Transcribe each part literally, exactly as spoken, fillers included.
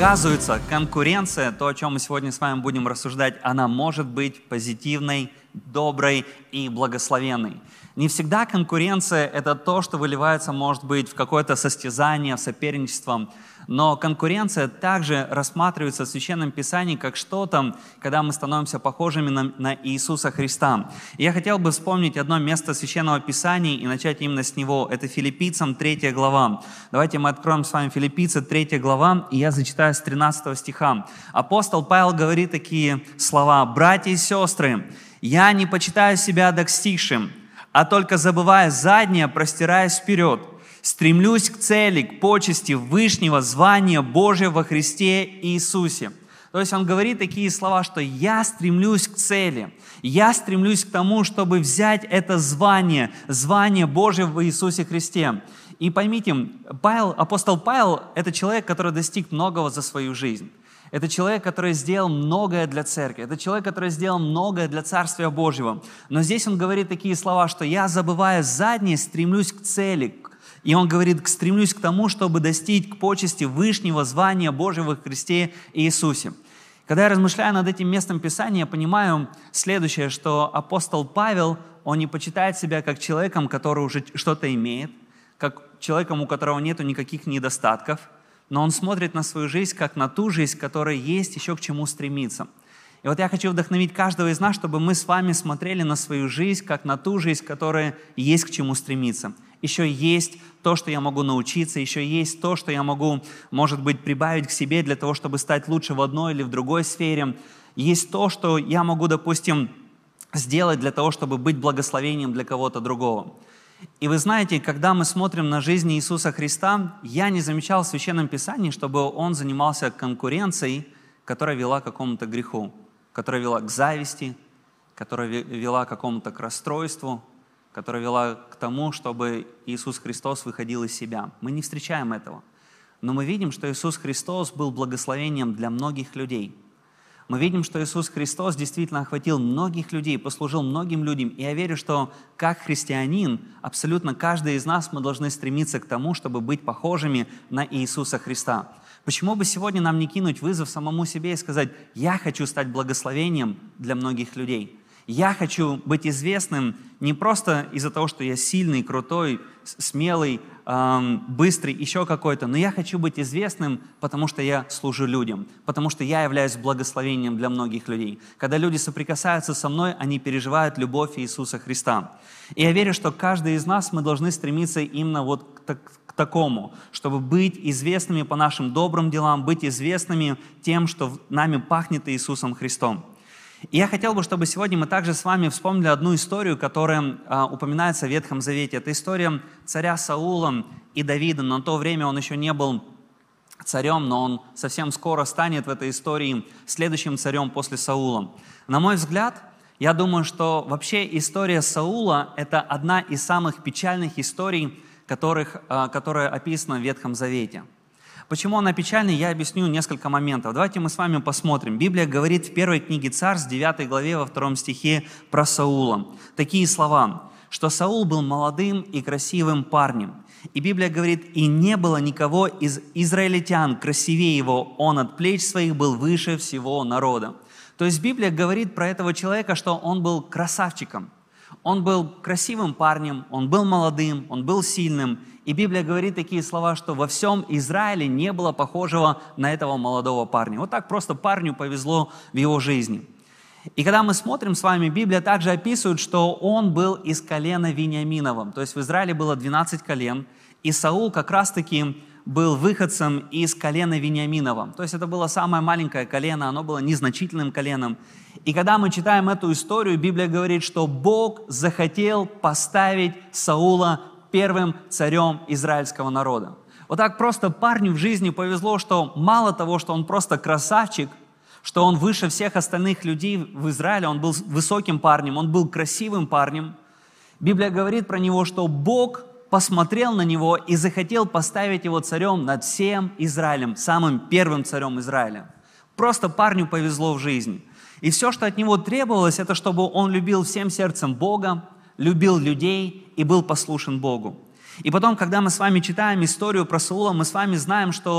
Оказывается, конкуренция, то, о чем мы сегодня с вами будем рассуждать, она может быть позитивной, доброй и благословенной. Не всегда конкуренция – это то, что выливается, может быть, в какое-то состязание, в соперничество. Но конкуренция также рассматривается в Священном Писании как что-то, когда мы становимся похожими на, на Иисуса Христа. И я хотел бы вспомнить одно место Священного Писания и начать именно с него. Это Филиппийцам третья глава. Давайте мы откроем с вами Филиппийцы третья глава, и я зачитаю с тринадцатого стиха. Апостол Павел говорит такие слова: «Братья и сестры, я не почитаю себя достигшим, а только забывая заднее, простираясь вперед, стремлюсь к цели, к почести вышнего звания Божия во Христе Иисусе». То есть он говорит такие слова, что я стремлюсь к цели, я стремлюсь к тому, чтобы взять это звание, звание Божие в Иисусе Христе. И поймите, Павел, апостол Павел – это человек, который достиг многого за свою жизнь. Это человек, который сделал многое для церкви. Это человек, который сделал многое для Царствия Божьего. Но здесь он говорит такие слова, что я, забывая заднее, стремлюсь к цели. И он говорит, стремлюсь к тому, чтобы достичь к почести вышнего звания Божьего в Христе Иисусе. Когда я размышляю над этим местом Писания, я понимаю следующее, что апостол Павел, он не почитает себя как человеком, который уже что-то имеет, как человеком, у которого нет никаких недостатков, но он смотрит на свою жизнь как на ту жизнь, которая есть еще к чему стремиться. И вот я хочу вдохновить каждого из нас, чтобы мы с вами смотрели на свою жизнь как на ту жизнь, которая есть к чему стремиться. Еще есть то, что я могу научиться, еще есть то, что я могу, может быть, прибавить к себе для того, чтобы стать лучше в одной или в другой сфере. Есть то, что я могу, допустим, сделать для того, чтобы быть благословением для кого-то другого. И вы знаете, когда мы смотрим на жизнь Иисуса Христа, я не замечал в Священном Писании, чтобы Он занимался конкуренцией, которая вела к какому-то греху, которая вела к зависти, которая вела к какому-то к расстройству, которая вела к тому, чтобы Иисус Христос выходил из себя. Мы не встречаем этого. Но мы видим, что Иисус Христос был благословением для многих людей. Мы видим, что Иисус Христос действительно охватил многих людей, послужил многим людям. И я верю, что как христианин, абсолютно каждый из нас, мы должны стремиться к тому, чтобы быть похожими на Иисуса Христа. Почему бы сегодня нам не кинуть вызов самому себе и сказать: я хочу стать благословением для многих людей. Я хочу быть известным не просто из-за того, что я сильный, крутой, смелый, эм, быстрый, еще какой-то, но я хочу быть известным, потому что я служу людям, потому что я являюсь благословением для многих людей. Когда люди соприкасаются со мной, они переживают любовь Иисуса Христа. И я верю, что каждый из нас, мы должны стремиться именно вот к, к такому, чтобы быть известными по нашим добрым делам, быть известными тем, что нами пахнет Иисусом Христом. И я хотел бы, чтобы сегодня мы также с вами вспомнили одну историю, которая а, упоминается в Ветхом Завете. Это история царя Саула и Давида. Но на то время он еще не был царем, но он совсем скоро станет в этой истории следующим царем после Саула. На мой взгляд, я думаю, что вообще история Саула – это одна из самых печальных историй, которых, а, которая описана в Ветхом Завете. Почему она печальная, я объясню несколько моментов. Давайте мы с вами посмотрим. Библия говорит в первой книге Царств, девятой главе, во втором стихе про Саула. Такие слова, что Саул был молодым и красивым парнем. И Библия говорит, и не было никого из израильтян красивее его, он от плеч своих был выше всего народа. То есть Библия говорит про этого человека, что он был красавчиком. Он был красивым парнем, он был молодым, он был сильным. И Библия говорит такие слова, что во всем Израиле не было похожего на этого молодого парня. Вот так просто парню повезло в его жизни. И когда мы смотрим с вами, Библия также описывает, что он был из колена Вениаминова. То есть в Израиле было двенадцать колен, и Саул как раз-таки был выходцем из колена Вениаминова. То есть это было самое маленькое колено, оно было незначительным коленом. И когда мы читаем эту историю, Библия говорит, что Бог захотел поставить Саула первым царем израильского народа. Вот так просто парню в жизни повезло, что мало того, что он просто красавчик, что он выше всех остальных людей в Израиле, он был высоким парнем, он был красивым парнем. Библия говорит про него, что Бог посмотрел на него и захотел поставить его царем над всем Израилем, самым первым царем Израиля. Просто парню повезло в жизни. И все, что от него требовалось, это чтобы он любил всем сердцем Бога, любил людей и был послушен Богу. И потом, когда мы с вами читаем историю про Саула, мы с вами знаем, что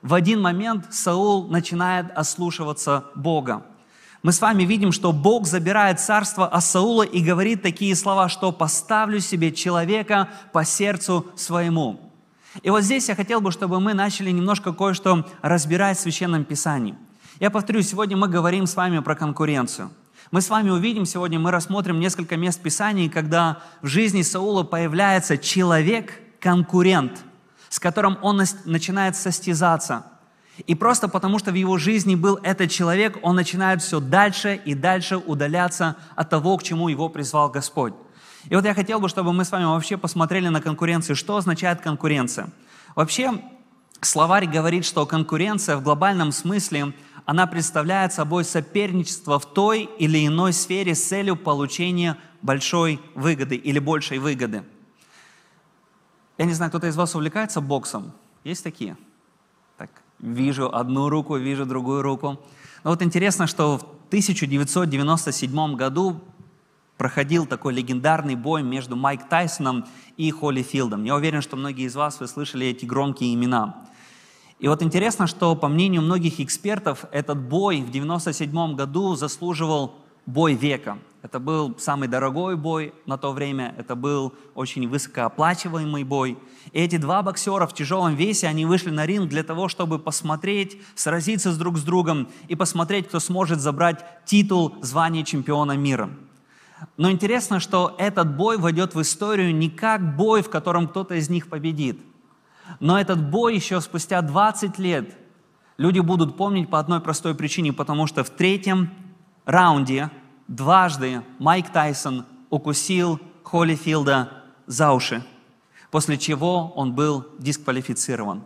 в один момент Саул начинает ослушиваться Бога. Мы с вами видим, что Бог забирает царство от Саула и говорит такие слова, что «поставлю себе человека по сердцу своему». И вот здесь я хотел бы, чтобы мы начали немножко кое-что разбирать в Священном Писании. Я повторю, сегодня мы говорим с вами про конкуренцию. Мы с вами увидим сегодня, мы рассмотрим несколько мест Писаний, когда в жизни Саула появляется человек-конкурент, с которым он начинает состязаться. И просто потому, что в его жизни был этот человек, он начинает все дальше и дальше удаляться от того, к чему его призвал Господь. И вот я хотел бы, чтобы мы с вами вообще посмотрели на конкуренцию. Что означает конкуренция? Вообще, словарь говорит, что конкуренция в глобальном смысле, она представляет собой соперничество в той или иной сфере с целью получения большой выгоды или большей выгоды. Я не знаю, кто-то из вас увлекается боксом? Есть такие? Так, вижу одну руку, вижу другую руку. Но вот интересно, что в тысяча девятьсот девяносто седьмом году проходил такой легендарный бой между Майк Тайсоном и Холлифилдом. Я уверен, что многие из вас вы слышали эти громкие имена. И вот интересно, что по мнению многих экспертов, этот бой в девяносто седьмом году заслуживал бой века. Это был самый дорогой бой на то время, это был очень высокооплачиваемый бой. И эти два боксера в тяжелом весе, они вышли на ринг для того, чтобы посмотреть, сразиться с друг с другом и посмотреть, кто сможет забрать титул звания чемпиона мира. Но интересно, что этот бой войдет в историю не как бой, в котором кто-то из них победит. Но этот бой еще спустя двадцать лет люди будут помнить по одной простой причине, потому что в третьем раунде дважды Майк Тайсон укусил Холлифилда за уши, после чего он был дисквалифицирован.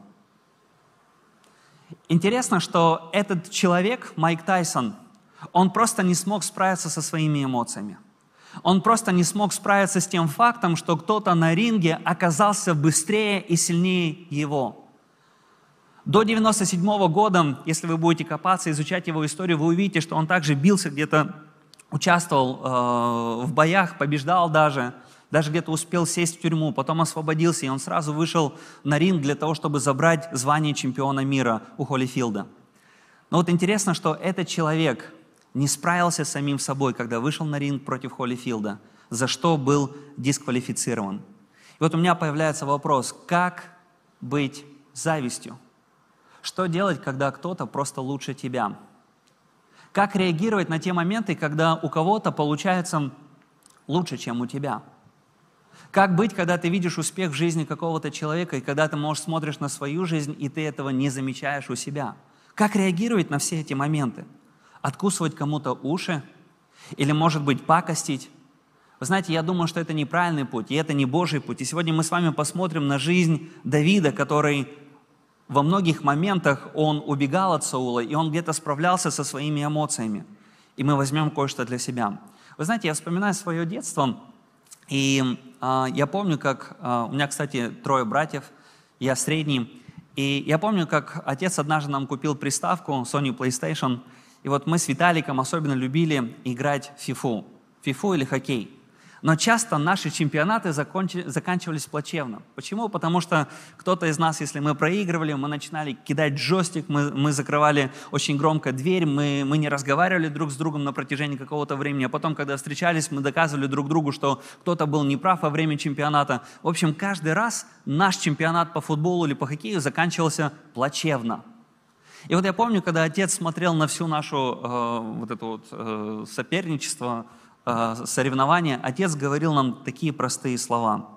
Интересно, что этот человек, Майк Тайсон, он просто не смог справиться со своими эмоциями. Он просто не смог справиться с тем фактом, что кто-то на ринге оказался быстрее и сильнее его. До девяносто седьмого года, если вы будете копаться, изучать его историю, вы увидите, что он также бился где-то, участвовал э, в боях, побеждал даже, даже где-то успел сесть в тюрьму, потом освободился, и он сразу вышел на ринг для того, чтобы забрать звание чемпиона мира у Холлифилда. Но вот интересно, что этот человек не справился с самим собой, когда вышел на ринг против Холлифилда, за что был дисквалифицирован. И вот у меня появляется вопрос, как быть завистью? Что делать, когда кто-то просто лучше тебя? Как реагировать на те моменты, когда у кого-то получается лучше, чем у тебя? Как быть, когда ты видишь успех в жизни какого-то человека, и когда ты, может, смотришь на свою жизнь, и ты этого не замечаешь у себя? Как реагировать на все эти моменты? Откусывать кому-то уши? Или, может быть, пакостить? Вы знаете, я думаю, что это неправильный путь, и это не Божий путь. И сегодня мы с вами посмотрим на жизнь Давида, который во многих моментах он убегал от Саула, и он где-то справлялся со своими эмоциями. И мы возьмем кое-что для себя. Вы знаете, я вспоминаю свое детство, и э, я помню, как... Э, у меня, кстати, трое братьев, я средний. И я помню, как отец однажды нам купил приставку Sony PlayStation, и вот мы с Виталиком особенно любили играть в фифу. Фифу или хоккей. Но часто наши чемпионаты закончи, заканчивались плачевно. Почему? Потому что кто-то из нас, если мы проигрывали, мы начинали кидать джойстик, мы, мы закрывали очень громко дверь, мы, мы не разговаривали друг с другом на протяжении какого-то времени, а потом, когда встречались, мы доказывали друг другу, что кто-то был неправ во время чемпионата. В общем, каждый раз наш чемпионат по футболу или по хоккею заканчивался плачевно. И вот я помню, когда отец смотрел на всю нашу э, вот это вот э, соперничество, соревнования, отец говорил нам такие простые слова.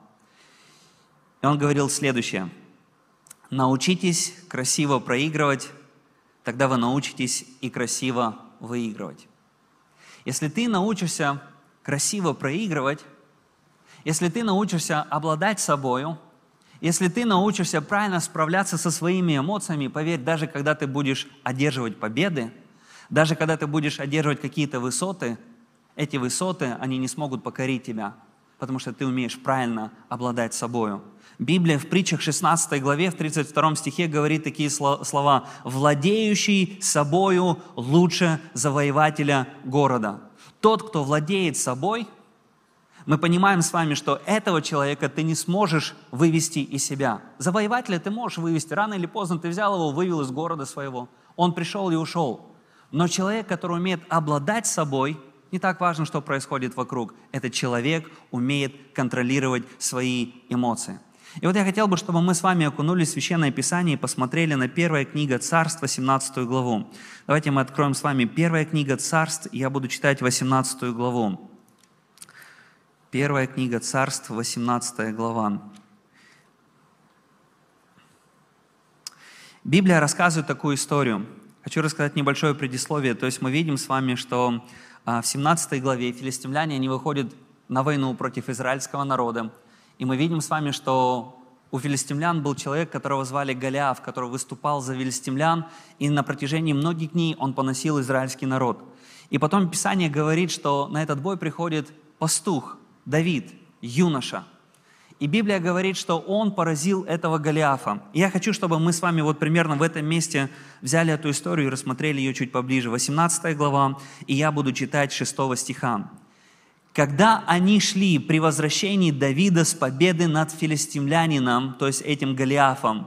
И он говорил следующее. Научитесь красиво проигрывать, тогда вы научитесь и красиво выигрывать. Если ты научишься красиво проигрывать, если ты научишься обладать собою, если ты научишься правильно справляться со своими эмоциями, поверь, даже когда ты будешь одерживать победы, даже когда ты будешь одерживать какие-то высоты, эти высоты, они не смогут покорить тебя, потому что ты умеешь правильно обладать собою. Библия в притчах шестнадцатой главе, в тридцать втором стихе говорит такие слова: «Владеющий собою лучше завоевателя города». Тот, кто владеет собой, Мы понимаем с вами, что этого человека ты не сможешь вывести из себя. Завоевателя ты можешь вывести. Рано или поздно ты взял его, вывел из города своего. Он пришел и ушел. Но человек, который умеет обладать собой, не так важно, что происходит вокруг. Этот человек умеет контролировать свои эмоции. И вот я хотел бы, чтобы мы с вами окунулись в Священное Писание и посмотрели на первая книга Царств, восемнадцатую главу. Давайте мы откроем с вами первая книга Царств, и я буду читать восемнадцатую главу. Первая книга Царств, восемнадцатая глава. Библия рассказывает такую историю. Хочу рассказать небольшое предисловие. То есть мы видим с вами, что в семнадцатой главе филистимляне, они выходят на войну против израильского народа. И мы видим с вами, что у филистимлян был человек, которого звали Голиаф, который выступал за филистимлян, и на протяжении многих дней он поносил израильский народ. И потом Писание говорит, что на этот бой приходит пастух Давид, юноша. И Библия говорит, что он поразил этого Голиафа. И я хочу, чтобы мы с вами вот примерно в этом месте взяли эту историю и рассмотрели ее чуть поближе. восемнадцатая глава, и я буду читать шестого стиха. «Когда они шли при возвращении Давида с победы над филистимлянином, то есть этим Голиафом,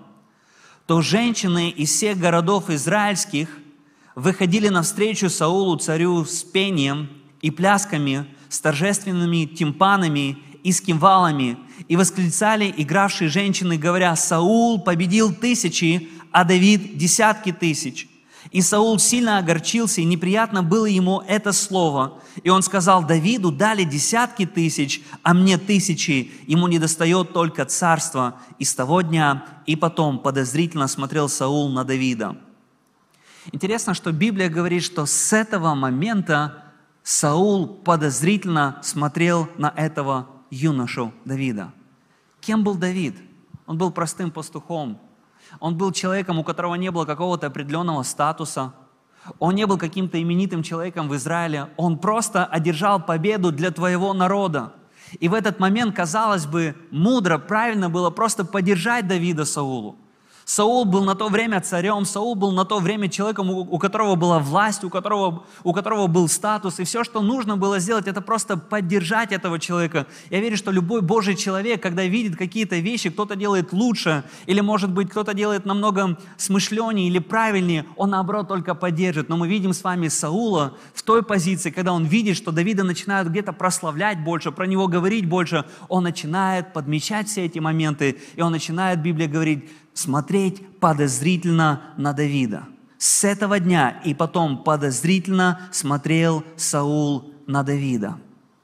то женщины из всех городов израильских выходили навстречу Саулу, царю, с пением и плясками, с торжественными тимпанами и с кимвалами, и восклицали игравшие женщины, говоря: Саул победил тысячи, а Давид десятки тысяч. И Саул сильно огорчился, и неприятно было ему это слово. И он сказал: Давиду дали десятки тысяч, а мне тысячи, ему недостает только царства. И с того дня и потом подозрительно смотрел Саул на Давида». Интересно, что Библия говорит, что с этого момента Саул подозрительно смотрел на этого юношу Давида. Кем был Давид? Он был простым пастухом. Он был человеком, у которого не было какого-то определенного статуса. Он не был каким-то именитым человеком в Израиле. Он просто одержал победу для твоего народа. И в этот момент, казалось бы, мудро, правильно было просто поддержать Давида Саулу. Саул был на то время царем, Саул был на то время человеком, у которого была власть, у которого, у которого был статус. И все, что нужно было сделать, это просто поддержать этого человека. Я верю, что любой Божий человек, когда видит какие-то вещи, кто-то делает лучше, или, может быть, кто-то делает намного смышленнее или правильнее, он, наоборот, только поддержит. Но мы видим с вами Саула в той позиции, когда он видит, что Давида начинают где-то прославлять больше, про него говорить больше, он начинает подмечать все эти моменты, и он начинает, Библия говорит, смотреть подозрительно на Давида. С этого дня и потом подозрительно смотрел Саул на Давида.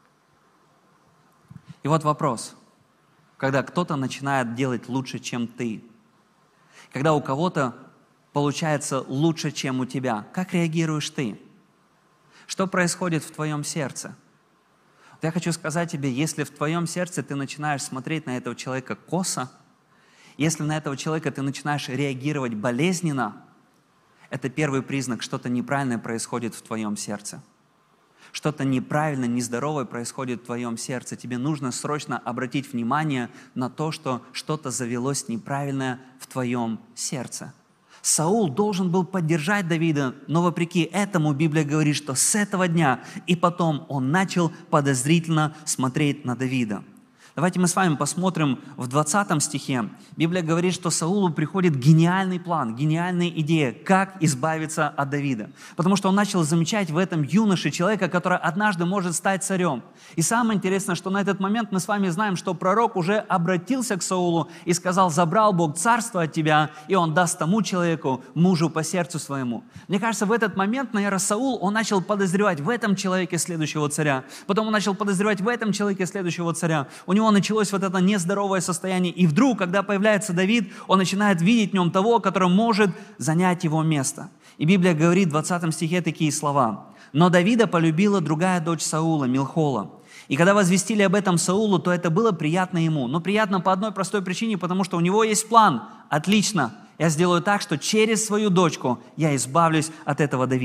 И вот вопрос. Когда кто-то начинает делать лучше, чем ты, когда у кого-то получается лучше, чем у тебя, как реагируешь ты? Что происходит в твоем сердце? Я хочу сказать тебе, если в твоем сердце ты начинаешь смотреть на этого человека косо, если на этого человека ты начинаешь реагировать болезненно, это первый признак, что-то неправильное происходит в твоем сердце. Что-то неправильное, нездоровое происходит в твоем сердце. Тебе нужно срочно обратить внимание на то, что что-то завелось неправильное в твоем сердце. Саул должен был поддержать Давида, но вопреки этому Библия говорит, что с этого дня и потом он начал подозрительно смотреть на Давида. Давайте мы с вами посмотрим в двадцатом стихе. Библия говорит, что Саулу приходит гениальный план, гениальная идея, как избавиться от Давида. Потому что он начал замечать в этом юноше человека, который однажды может стать царем. И самое интересное, что на этот момент мы с вами знаем, что пророк уже обратился к Саулу и сказал: забрал Бог царство от тебя, и он даст тому человеку, мужу по сердцу своему. Мне кажется, в этот момент, наверное, Саул, он начал подозревать в этом человеке следующего царя. Потом он начал подозревать в этом человеке следующего царя. У него началось вот это нездоровое состояние. И вдруг, когда появляется Давид, он начинает видеть в нем того, который может занять его место. И Библия говорит в двадцатом стихе такие слова. «Но Давида полюбила другая дочь Саула, Милхола. И когда возвестили об этом Саулу, то это было приятно ему». Но приятно по одной простой причине, потому что у него есть план. Отлично. Я сделаю так, что через свою дочку я избавлюсь от этого Давида.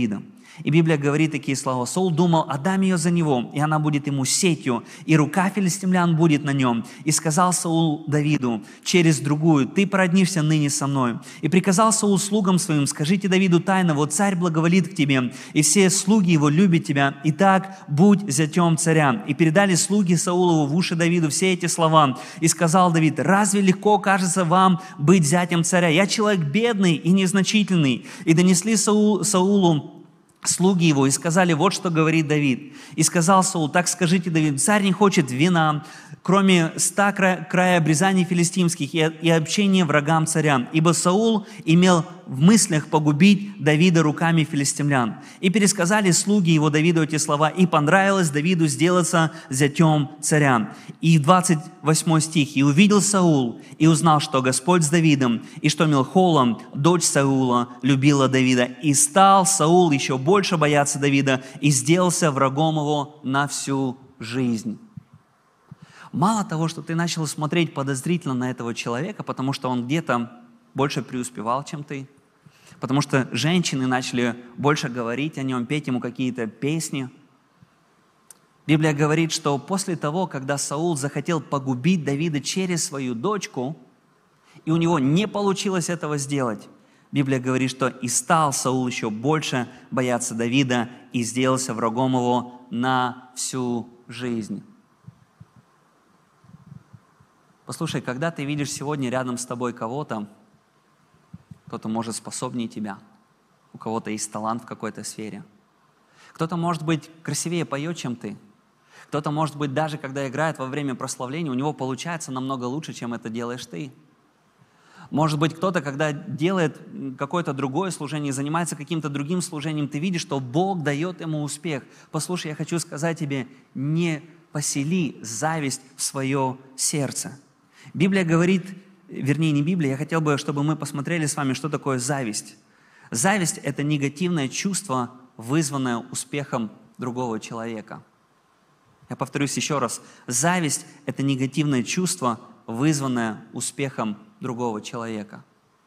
И Библия говорит такие слова. Саул думал: отдам ее за него, и она будет ему сетью, и рука филистимлян будет на нем. И сказал Саул Давиду через другую: ты породнишься ныне со мной. И приказал Саул слугам своим: скажите Давиду тайно: вот царь благоволит к тебе, и все слуги его любят тебя. Итак, будь зятем царя. И передали слуги Саулову в уши Давиду все эти слова. И сказал Давид: разве легко кажется вам быть зятем царя? Я человек бедный и незначительный. И донесли Саул, Саулу слуги его и сказали: вот что говорит Давид. И сказал Саул: так скажите Давид: царь не хочет вина, кроме ста края, края обрезаний филистимских и, и общения врагам царя. Ибо Саул имел в мыслях погубить Давида руками филистимлян. И пересказали слуги его Давиду эти слова, и понравилось Давиду сделаться зятем царя. И двадцать восьмой стих. И увидел Саул, и узнал, что Господь с Давидом, и что Мелхола, дочь Саула, любила Давида. И стал Саул еще больше бояться Давида, и сделался врагом его на всю жизнь. Мало того, что ты начал смотреть подозрительно на этого человека, потому что он где-то больше преуспевал, чем ты, потому что женщины начали больше говорить о нем, петь ему какие-то песни. Библия говорит, что после того, когда Саул захотел погубить Давида через свою дочку, и у него не получилось этого сделать, Библия говорит, что и стал Саул еще больше бояться Давида и сделался врагом его на всю жизнь. Послушай, когда ты видишь сегодня рядом с тобой кого-то, кто-то может способнее тебя, у кого-то есть талант в какой-то сфере, кто-то, может быть, красивее поет, чем ты, кто-то, может быть, даже когда играет во время прославления, у него получается намного лучше, чем это делаешь ты. Может быть, кто-то, когда делает какое-то другое служение, занимается каким-то другим служением, ты видишь, что Бог дает ему успех. Послушай, я хочу сказать тебе: не посели зависть в свое сердце. Библия говорит, вернее, не Библия, я хотел бы, чтобы мы посмотрели с вами, что такое зависть. Зависть – это негативное чувство, вызванное успехом другого человека. Я повторюсь еще раз. Зависть – это негативное чувство, вызванное успехом другого человека.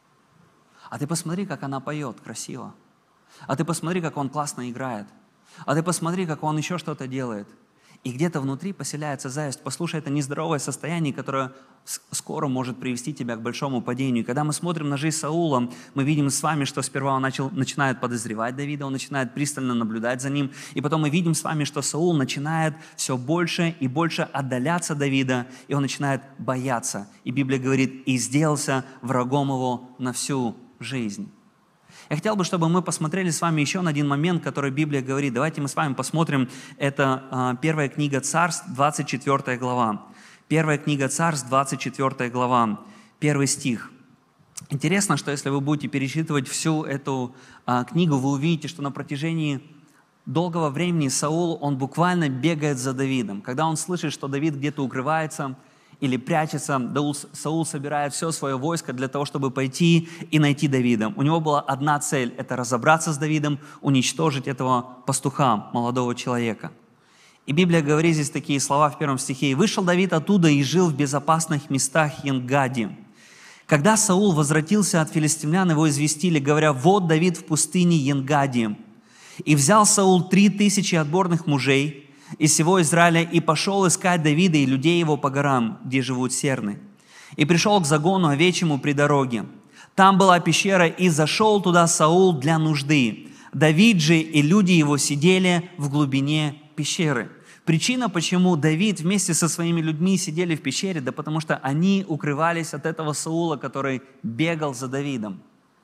А ты посмотри, как она поет красиво. А ты посмотри, как он классно играет. А ты посмотри, как он еще что-то делает. И где-то внутри поселяется зависть. Послушай, это нездоровое состояние, которое скоро может привести тебя к большому падению. И когда мы смотрим на жизнь Саула, мы видим с вами, что сперва он начал, начинает подозревать Давида, он начинает пристально наблюдать за ним. И потом мы видим с вами, что Саул начинает все больше и больше отдаляться от Давида, и он начинает бояться. И Библия говорит: и сделался врагом его на всю жизнь. Я хотел бы, чтобы мы посмотрели с вами еще на один момент, который Библия говорит. Давайте мы с вами посмотрим. Это uh, первая книга Царств, двадцать четвёртая глава. Первая книга Царств, двадцать четвёртая глава, первый стих. Интересно, что если вы будете перечитывать всю эту uh, книгу, вы увидите, что на протяжении долгого времени Саул, он буквально бегает за Давидом. Когда он слышит, что Давид где-то укрывается или прячется, Саул собирает все свое войско для того, чтобы пойти и найти Давида. У него была одна цель – это разобраться с Давидом, уничтожить этого пастуха, молодого человека. И Библия говорит здесь такие слова в первом стихе. «И вышел Давид оттуда и жил в безопасных местах Енгади. Когда Саул возвратился от филистимлян, его известили, говоря: вот Давид в пустыне Енгади. И взял Саул три тысячи отборных мужей из всего Израиля и пошел искать Давида и людей его по горам, где живут серны. И пришел к загону овечьему при дороге. Там была пещера, и зашел туда Саул для нужды. Давид же и люди его сидели в глубине пещеры». Причина, почему Давид вместе со своими людьми сидели в пещере, да потому что они укрывались от этого Саула, который бегал за Давидом.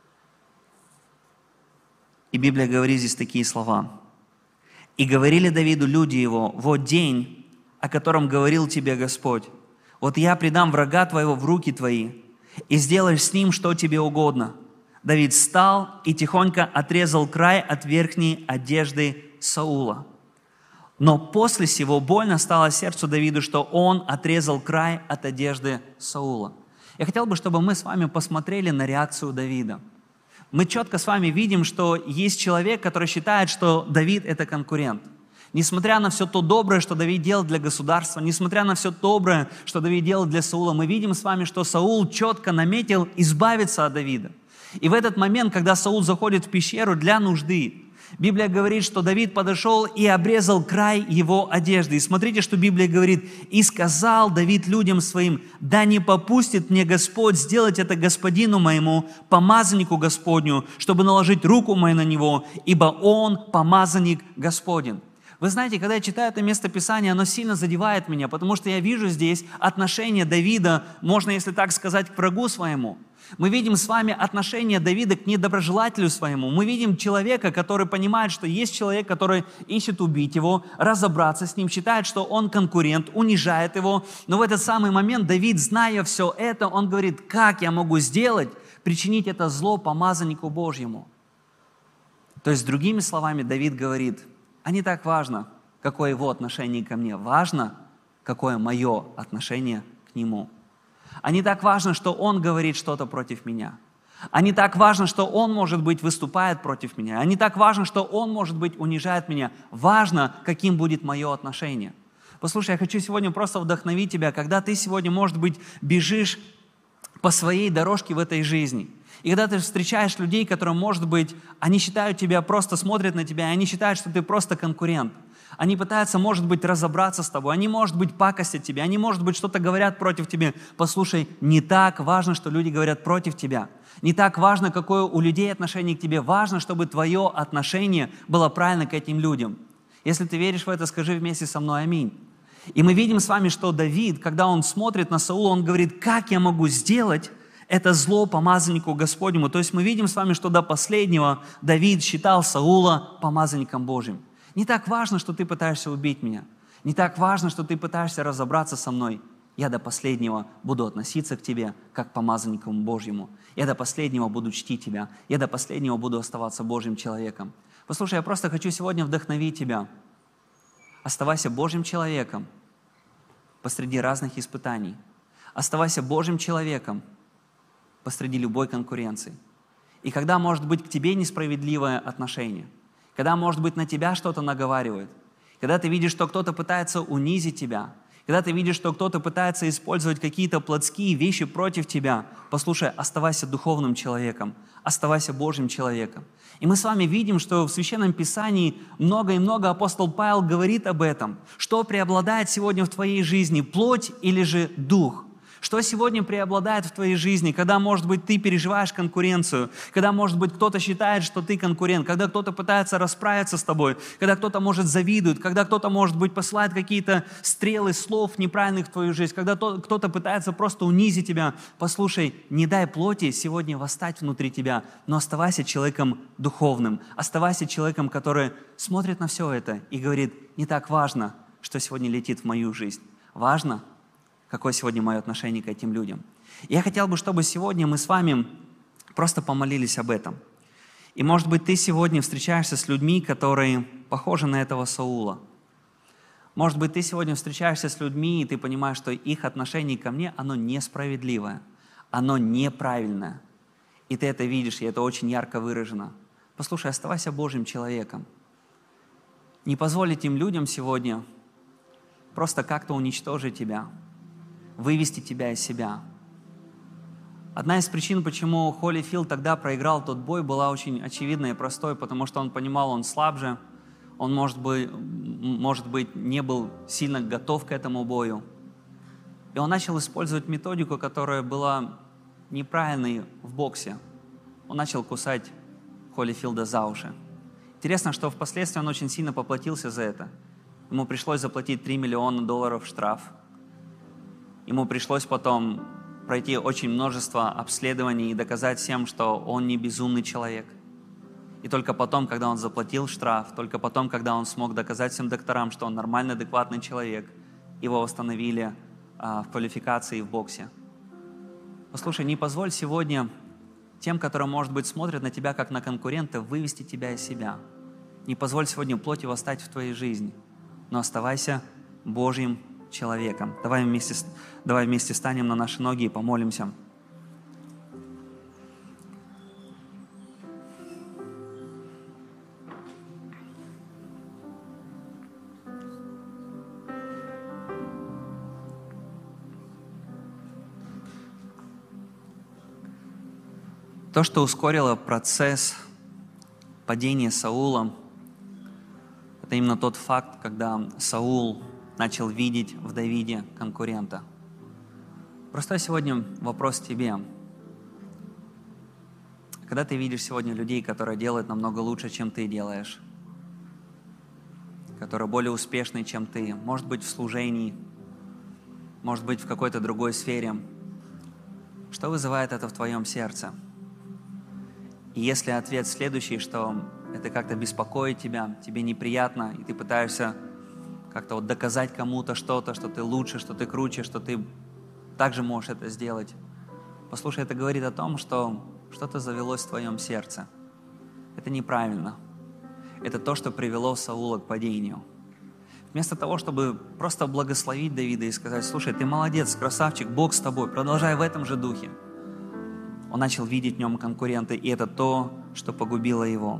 И Библия говорит здесь такие слова. «И говорили Давиду люди его: вот день, о котором говорил тебе Господь. Вот я предам врага твоего в руки твои, и сделаешь с ним, что тебе угодно». Давид встал и тихонько отрезал край от верхней одежды Саула. Но после сего больно стало сердцу Давиду, что он отрезал край от одежды Саула. Я хотел бы, чтобы мы с вами посмотрели на реакцию Давида. Мы четко с вами видим, что есть человек, который считает, что Давид – это конкурент. Несмотря на все то доброе, что Давид делал для государства, несмотря на все доброе, что Давид делал для Саула, мы видим с вами, что Саул четко наметил избавиться от Давида. И в этот момент, когда Саул заходит в пещеру для нужды, Библия говорит, что Давид подошел и обрезал край его одежды. И смотрите, что Библия говорит. «И сказал Давид людям своим, да не попустит мне Господь сделать это господину моему, помазаннику Господню, чтобы наложить руку мою на него, ибо он помазанник Господень». Вы знаете, когда я читаю это местописание, оно сильно задевает меня, потому что я вижу здесь отношение Давида, можно, если так сказать, к врагу своему. Мы видим с вами отношение Давида к недоброжелателю своему. Мы видим человека, который понимает, что есть человек, который ищет убить его, разобраться с ним, считает, что он конкурент, унижает его. Но в этот самый момент Давид, зная все это, он говорит, как я могу сделать, причинить это зло помазаннику Божьему. То есть, другими словами, Давид говорит, а не так важно, какое его отношение ко мне, важно, какое мое отношение к нему. А не так важно, что он говорит что-то против меня. А не так важно, что он, может быть, выступает против меня. А не так важно, что он, может быть, унижает меня. Важно, каким будет мое отношение. Послушай, я хочу сегодня просто вдохновить тебя, когда ты сегодня, может быть, бежишь по своей дорожке в этой жизни. И когда ты встречаешь людей, которые, может быть, они считают тебя, просто смотрят на тебя, и они считают, что ты просто конкурент. Они пытаются, может быть, разобраться с тобой, они, может быть, пакостят тебе, они, может быть, что-то говорят против тебя. Послушай, не так важно, что люди говорят против тебя. Не так важно, какое у людей отношение к тебе. Важно, чтобы твое отношение было правильно к этим людям. Если ты веришь в это, скажи вместе со мной аминь. И мы видим с вами, что Давид, когда он смотрит на Саула, он говорит, как я могу сделать это зло помазаннику Господнему. То есть мы видим с вами, что до последнего Давид считал Саула помазанником Божьим. Не так важно, что ты пытаешься убить меня. Не так важно, что ты пытаешься разобраться со мной. Я до последнего буду относиться к тебе, как к помазаннику Божьему. Я до последнего буду чтить тебя. Я до последнего буду оставаться Божьим человеком. Послушай, я просто хочу сегодня вдохновить тебя. Оставайся Божьим человеком посреди разных испытаний. Оставайся Божьим человеком посреди любой конкуренции. И когда, может быть, к тебе несправедливое отношение, когда, может быть, на тебя что-то наговаривают, когда ты видишь, что кто-то пытается унизить тебя, когда ты видишь, что кто-то пытается использовать какие-то плотские вещи против тебя, послушай, оставайся духовным человеком, оставайся Божьим человеком. И мы с вами видим, что в Священном Писании много и много апостол Павел говорит об этом. Что преобладает сегодня в твоей жизни, плоть или же дух? Что сегодня преобладает в твоей жизни, когда, может быть, ты переживаешь конкуренцию, когда, может быть, кто-то считает, что ты конкурент, когда кто-то пытается расправиться с тобой, когда кто-то, может, завидует, когда кто-то, может быть, посылает какие-то стрелы слов неправильных в твою жизнь, когда кто-то пытается просто унизить тебя. Послушай, не дай плоти сегодня восстать внутри тебя, но оставайся человеком духовным, оставайся человеком, который смотрит на все это и говорит, не так важно, что сегодня летит в мою жизнь. Важно, какое сегодня мое отношение к этим людям. Я хотел бы, чтобы сегодня мы с вами просто помолились об этом. И, может быть, ты сегодня встречаешься с людьми, которые похожи на этого Саула. Может быть, ты сегодня встречаешься с людьми, и ты понимаешь, что их отношение ко мне, оно несправедливое, оно неправильное. И ты это видишь, и это очень ярко выражено. Послушай, оставайся Божьим человеком. Не позволь этим людям сегодня просто как-то уничтожить тебя, вывести тебя из себя. Одна из причин, почему Холлифилд тогда проиграл тот бой, была очень очевидной и простой, потому что он понимал, он слабже, он, может быть, может быть, не был сильно готов к этому бою. И он начал использовать методику, которая была неправильной в боксе. Он начал кусать Холлифилда за уши. Интересно, что впоследствии он очень сильно поплатился за это. Ему пришлось заплатить три миллиона долларов штраф. Ему пришлось потом пройти очень множество обследований и доказать всем, что он не безумный человек. И только потом, когда он заплатил штраф, только потом, когда он смог доказать всем докторам, что он нормальный, адекватный человек, его восстановили а, в квалификации в боксе. Послушай, не позволь сегодня тем, которые, может быть, смотрят на тебя как на конкурента, вывести тебя из себя. Не позволь сегодня плоти восстать в твоей жизни, но оставайся Божьим человеком. Давай вместе, давай вместе встанем на наши ноги и помолимся. То, что ускорило процесс падение Саула — это именно тот факт, когда Саул начал видеть в Давиде конкурента. Простой сегодня вопрос тебе. Когда ты видишь сегодня людей, которые делают намного лучше, чем ты делаешь, которые более успешны, чем ты, может быть, в служении, может быть, в какой-то другой сфере, что вызывает это в твоем сердце? И если ответ следующий, что это как-то беспокоит тебя, тебе неприятно, и ты пытаешься как-то вот доказать кому-то что-то, что ты лучше, что ты круче, что ты также можешь это сделать, послушай, это говорит о том, что что-то завелось в твоем сердце. Это неправильно. Это то, что привело Саула к падению. Вместо того, чтобы просто благословить Давида и сказать: слушай, ты молодец, красавчик, Бог с тобой, продолжай в этом же духе, он начал видеть в нем конкурента, и это то, что погубило его.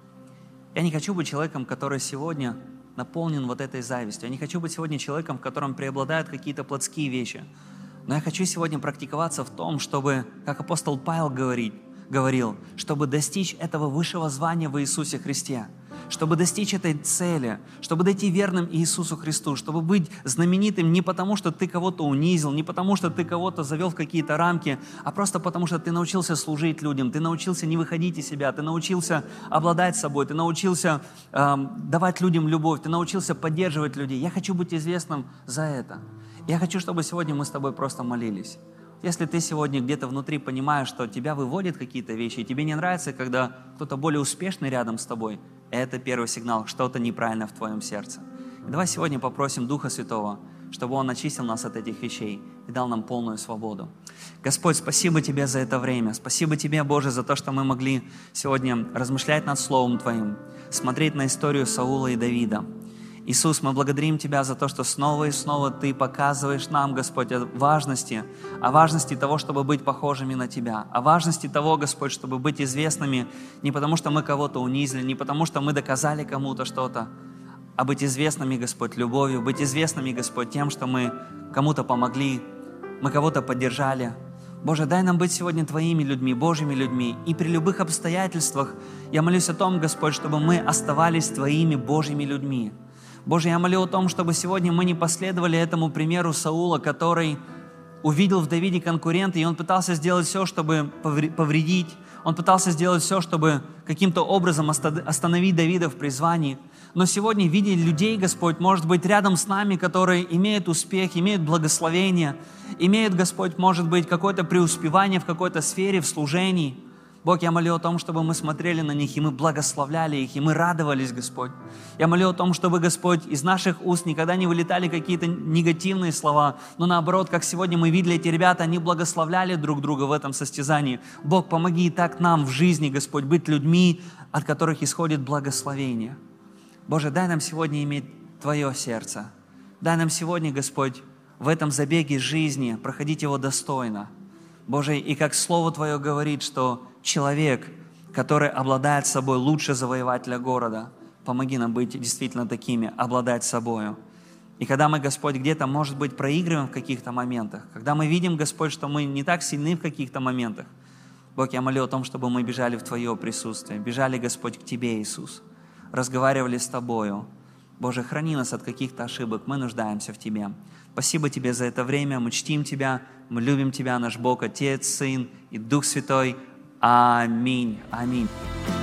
Я не хочу быть человеком, который сегодня наполнен вот этой завистью. Я не хочу быть сегодня человеком, в котором преобладают какие-то плотские вещи. Но я хочу сегодня практиковаться в том, чтобы, как апостол Павел говорит, говорил, чтобы достичь этого высшего звания в Иисусе Христе, чтобы достичь этой цели, чтобы дойти верным Иисусу Христу, чтобы быть знаменитым не потому, что ты кого-то унизил, не потому, что ты кого-то завел в какие-то рамки, а просто потому, что ты научился служить людям, ты научился не выходить из себя, ты научился обладать собой, ты научился эм, давать людям любовь, ты научился поддерживать людей. Я хочу быть известным за это. Я хочу, чтобы сегодня мы с тобой просто молились. Если ты сегодня где-то внутри понимаешь, что тебя выводят какие-то вещи, и тебе не нравится, когда кто-то более успешный рядом с тобой, это первый сигнал, что-то неправильно в твоем сердце. И давай сегодня попросим Духа Святого, чтобы Он очистил нас от этих вещей и дал нам полную свободу. Господь, спасибо Тебе за это время. Спасибо Тебе, Боже, за то, что мы могли сегодня размышлять над Словом Твоим, смотреть на историю Саула и Давида. Иисус, мы благодарим Тебя за то, что снова и снова Ты показываешь нам, Господь, о важности, о важности того, чтобы быть похожими на Тебя, о важности того, Господь, чтобы быть известными не потому, что мы кого-то унизили, не потому, что мы доказали кому-то что-то, а быть известными, Господь, любовью, быть известными, Господь, тем, что мы кому-то помогли, мы кого-то поддержали. Боже, дай нам быть сегодня Твоими людьми, Божьими людьми, и при любых обстоятельствах я молюсь о том, Господь, чтобы мы оставались Твоими Божьими людьми. Боже, я молю о том, чтобы сегодня мы не последовали этому примеру Саула, который увидел в Давиде конкурента, и он пытался сделать все, чтобы повредить. Он пытался сделать все, чтобы каким-то образом остановить Давида в призвании. Но сегодня, видя людей, Господь, может быть, рядом с нами, которые имеют успех, имеют благословение, имеют, Господь, может быть, какое-то преуспевание в какой-то сфере, в служении. Бог, я молю о том, чтобы мы смотрели на них, и мы благословляли их, и мы радовались, Господь. Я молю о том, чтобы, Господь, из наших уст никогда не вылетали какие-то негативные слова, но наоборот, как сегодня мы видели, эти ребята, они благословляли друг друга в этом состязании. Бог, помоги и так нам в жизни, Господь, быть людьми, от которых исходит благословение. Боже, дай нам сегодня иметь Твое сердце. Дай нам сегодня, Господь, в этом забеге жизни проходить его достойно. Боже, и как Слово Твое говорит, что человек, который обладает собой, лучше завоевателя города. Помоги нам быть действительно такими, обладать собою. И когда мы, Господь, где-то, может быть, проигрываем в каких-то моментах, когда мы видим, Господь, что мы не так сильны в каких-то моментах, Бог, я молю о том, чтобы мы бежали в Твое присутствие, бежали, Господь, к Тебе, Иисус, разговаривали с Тобою. Боже, храни нас от каких-то ошибок, мы нуждаемся в Тебе. Спасибо Тебе за это время, мы чтим Тебя, мы любим Тебя, наш Бог, Отец, Сын и Дух Святой. Аминь. Аминь.